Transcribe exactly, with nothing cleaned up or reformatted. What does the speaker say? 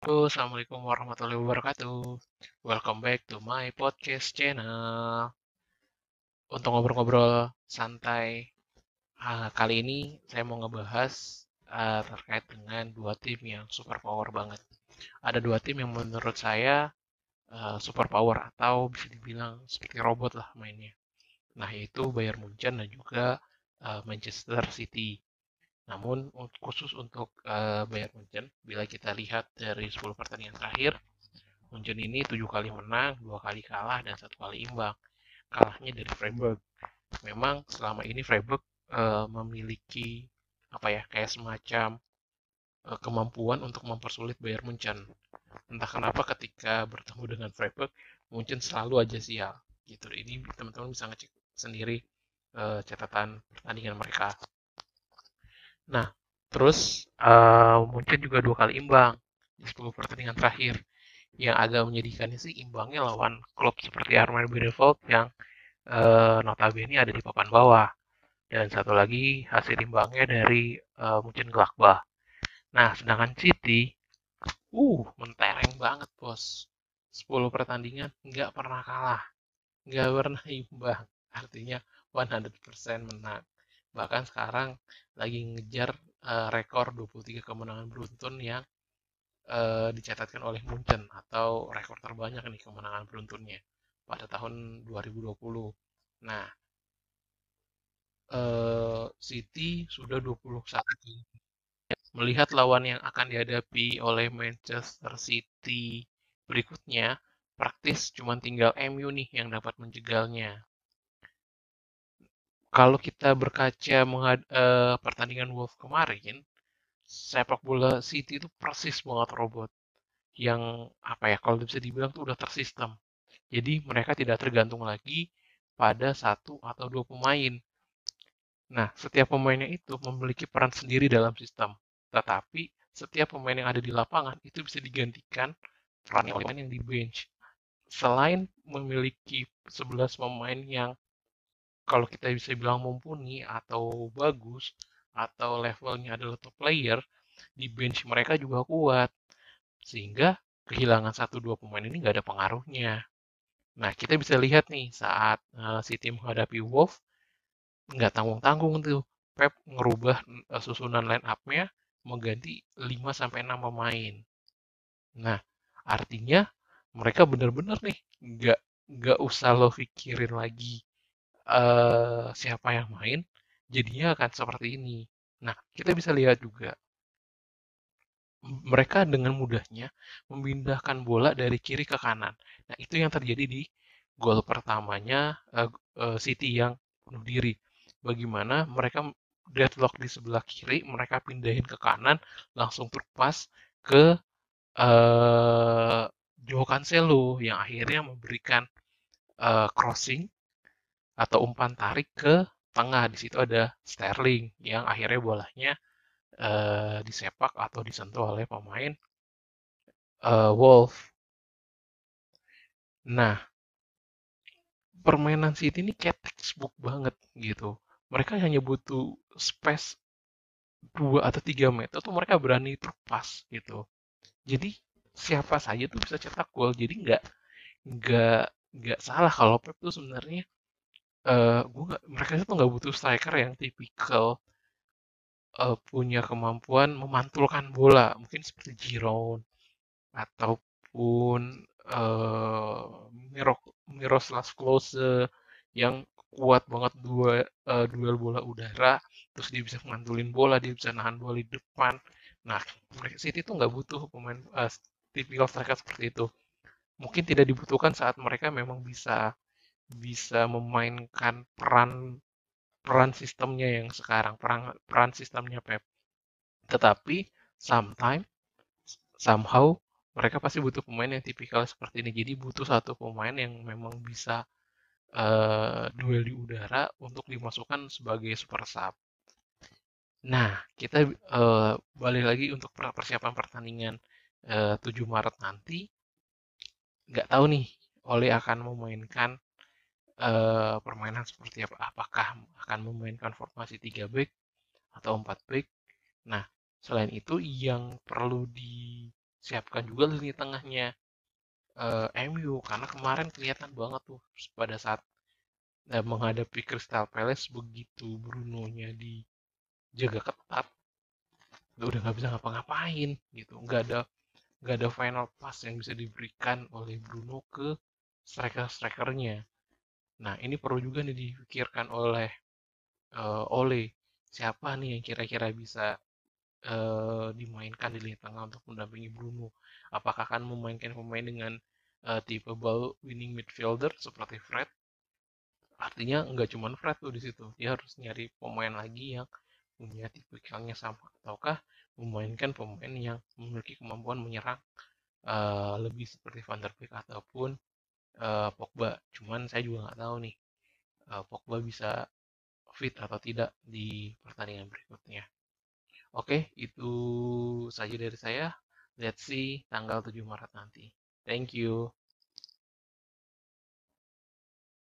Halo, Assalamualaikum warahmatullahi wabarakatuh. Welcome back to my podcast channel. Untuk ngobrol-ngobrol santai, ah, kali ini saya mau ngebahas ah, terkait dengan dua tim yang super power banget. Ada dua tim yang menurut saya ah, super power atau bisa dibilang seperti robot lah mainnya. Nah, yaitu Bayern Munchen dan juga ah, Manchester City. Namun khusus untuk ah, Bayern Munchen, bila kita lihat dari sepuluh pertandingan terakhir, Munchen ini tujuh kali menang, dua kali kalah, dan satu kali imbang. Kalahnya dari Freiburg. Memang selama ini Freiburg uh, memiliki apa ya kayak semacam uh, kemampuan untuk mempersulit Bayern Munchen. Entah kenapa ketika bertemu dengan Freiburg, Munchen selalu aja sial. Gitu. Ini teman-teman bisa ngecek sendiri uh, catatan pertandingan mereka. Nah, terus uh, Munchen juga dua kali imbang di sepuluh pertandingan terakhir. Yang agak menyedihkannya sih imbangnya lawan klub seperti Arminia Bielefeld yang uh, notabene ada di papan bawah. Dan satu lagi hasil imbangnya dari uh, Mönchengladbach. Nah, sedangkan City, uh, mentereng banget bos. Sepuluh pertandingan nggak pernah kalah, nggak pernah imbang. Artinya seratus persen menang. Bahkan sekarang lagi ngejar uh, rekor dua puluh tiga kemenangan beruntun yang uh, dicatatkan oleh Munchen atau rekor terbanyak nih kemenangan beruntunnya pada tahun dua ribu dua puluh. Nah, uh, City sudah dua puluh satu kali. Melihat lawan yang akan dihadapi oleh Manchester City berikutnya, praktis cuma tinggal M U nih yang dapat menjegalnya. Kalau kita berkaca menghad- uh, pertandingan Wolves kemarin, sepak bola City itu persis banget robot yang apa ya kalau bisa dibilang tuh udah tersistem. Jadi mereka tidak tergantung lagi pada satu atau dua pemain. Nah, setiap pemainnya itu memiliki peran sendiri dalam sistem. Tetapi setiap pemain yang ada di lapangan itu bisa digantikan perannya oleh pemain yang di bench. Selain memiliki sebelas pemain yang kalau kita bisa bilang mumpuni atau bagus atau levelnya adalah top player, di bench mereka juga kuat. Sehingga kehilangan satu dua pemain ini nggak ada pengaruhnya. Nah, kita bisa lihat nih saat uh, City menghadapi Wolves, nggak tanggung-tanggung tuh. Pep ngerubah uh, susunan line up-nya mengganti lima sampai enam pemain. Nah, artinya mereka benar-benar nih nggak nggak usah lo pikirin lagi uh, siapa yang main, jadinya akan seperti ini. Nah, kita bisa lihat juga mereka dengan mudahnya memindahkan bola dari kiri ke kanan. Nah, itu yang terjadi di gol pertamanya uh, uh, City yang bunuh diri. Bagaimana mereka deadlock di sebelah kiri, mereka pindahin ke kanan, langsung terpas ke uh, Joao Cancelo yang akhirnya memberikan uh, crossing atau umpan tarik ke tengah. Di situ ada Sterling yang akhirnya bolanya uh, disepak atau disentuh oleh pemain uh, Wolf. Nah, permainan City ini kayak textbook banget gitu. Mereka hanya butuh space dua atau tiga meter tuh mereka berani terpas gitu. Jadi siapa saja tuh bisa cetak gol. Jadi nggak nggak nggak salah kalau Pep tuh sebenarnya uh, gua nggak mereka tuh nggak butuh striker yang tipikal uh, punya kemampuan memantulkan bola, mungkin seperti Giroud ataupun uh, Miro, Miroslav Klose yang kuat banget dua uh, duel bola udara, terus dia bisa mantulin bola, dia bisa nahan bola di depan. Nah, City itu nggak butuh pemain uh, tipikal striker seperti itu. Mungkin tidak dibutuhkan saat mereka memang bisa bisa memainkan peran peran sistemnya yang sekarang, peran peran sistemnya Pep. Tetapi sometimes somehow mereka pasti butuh pemain yang tipikal seperti ini. Jadi butuh satu pemain yang memang bisa uh, duel di udara untuk dimasukkan sebagai super sub. Nah, kita uh, balik lagi untuk persiapan pertandingan uh, tujuh Maret nanti. Nggak tahu nih, Ole akan memainkan uh, permainan seperti apa. Apakah akan memainkan formasi tiga back atau empat back? Nah, selain itu yang perlu di siapkan juga lini tengahnya eh, M U, karena kemarin kelihatan banget tuh pada saat eh, menghadapi Crystal Palace, begitu Bruno-nya dijaga ketat, udah nggak bisa ngapa-ngapain gitu, nggak ada nggak ada final pass yang bisa diberikan oleh Bruno ke striker-strikernya. Nah, ini perlu juga nih dipikirkan oleh uh, Ole, siapa nih yang kira-kira bisa uh, dimainkan di lini tengah untuk mendampingi Bruno. Apakah akan memainkan pemain dengan uh, tipe ball winning midfielder seperti Fred? Artinya nggak cuma Fred tuh di situ, dia harus nyari pemain lagi yang punya tipikalnya sama, ataukah memainkan pemain yang memiliki kemampuan menyerang uh, lebih seperti Van der Beek ataupun uh, Pogba. Cuman saya juga nggak tahu nih uh, Pogba bisa fit atau tidak di pertandingan berikutnya. Oke, itu saja dari saya. Let's see tanggal tujuh Maret nanti. Thank you.